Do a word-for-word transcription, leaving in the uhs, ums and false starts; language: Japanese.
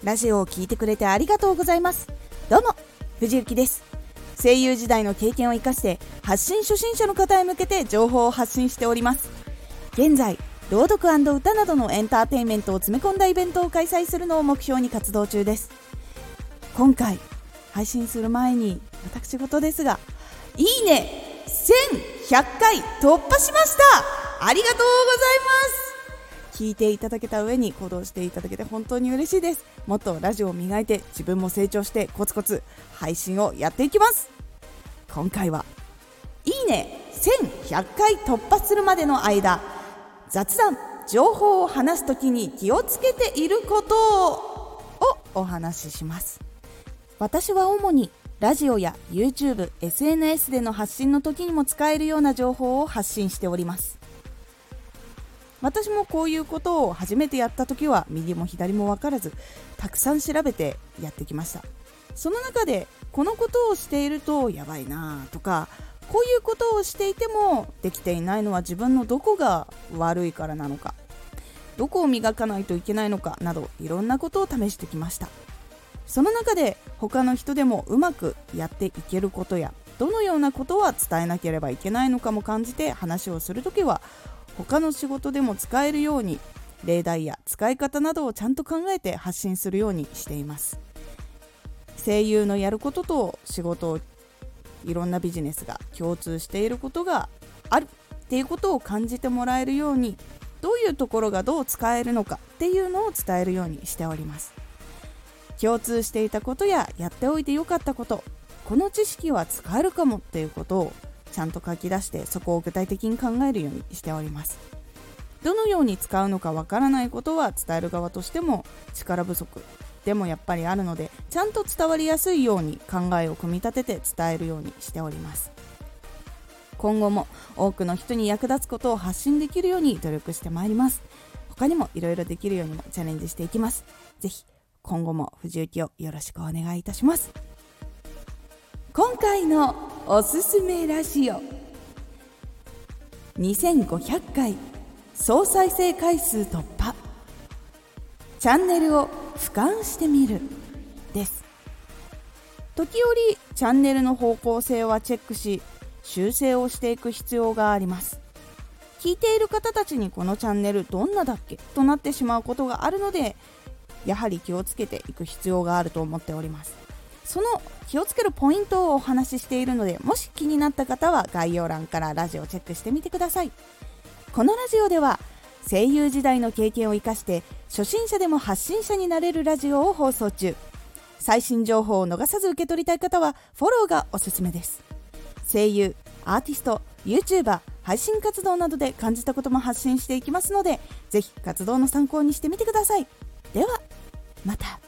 ラジオを聞いてくれてありがとうございます。どうも藤幸です。声優時代の経験を生かして発信初心者の方へ向けて情報を発信しております。現在朗読&歌などのエンターテインメントを詰め込んだイベントを開催するのを目標に活動中です。今回配信する前に私事ですが、いいねせんひゃっかい突破しました。ありがとうございます。聞いていただけた上に行動していただけて本当に嬉しいです。もっとラジオを磨いて自分も成長してコツコツ配信をやっていきます。今回はいいねせんひゃっかい突破するまでの間、雑談情報を話すときに気をつけていることをお話しします。私は主にラジオや YouTube、エスエヌエス での発信の時にも使えるような情報を発信しております。私もこういうことを初めてやった時は右も左も分からず、たくさん調べてやってきました。その中でこのことをしているとやばいなとか、こういうことをしていてもできていないのは自分のどこが悪いからなのか、どこを磨かないといけないのかなど、いろんなことを試してきました。その中で他の人でもうまくやっていけることや、どのようなことは伝えなければいけないのかも感じて、話をするときは他の仕事でも使えるように例題や使い方などをちゃんと考えて発信するようにしています。声優のやることと仕事を、いろんなビジネスが共通していることがあるっていうことを感じてもらえるように、どういうところがどう使えるのかっていうのを伝えるようにしております。共通していたことややっておいてよかったこと、この知識は使えるかもっていうことをちゃんと書き出して、そこを具体的に考えるようにしております。どのように使うのかわからないことは伝える側としても力不足でもやっぱりあるので、ちゃんと伝わりやすいように考えを組み立てて伝えるようにしております。今後も多くの人に役立つことを発信できるように努力してまいります。他にもいろいろできるようにもチャレンジしていきます。ぜひ今後も藤幸をよろしくお願いいたします。今回のおすすめラジオ、にせんごひゃっかい総再生回数突破、チャンネルを俯瞰してみるです。時折チャンネルの方向性はチェックし、修正をしていく必要があります。聞いている方たちにこのチャンネルどんなだっけとなってしまうことがあるので、やはり気をつけていく必要があると思っております。その気をつけるポイントをお話ししているので、もし気になった方は概要欄からラジオをチェックしてみてください。このラジオでは声優時代の経験を生かして初心者でも発信者になれるラジオを放送中。最新情報を逃さず受け取りたい方はフォローがおすすめです。声優、アーティスト、YouTuber、配信活動などで感じたことも発信していきますので、ぜひ活動の参考にしてみてください。ではまた。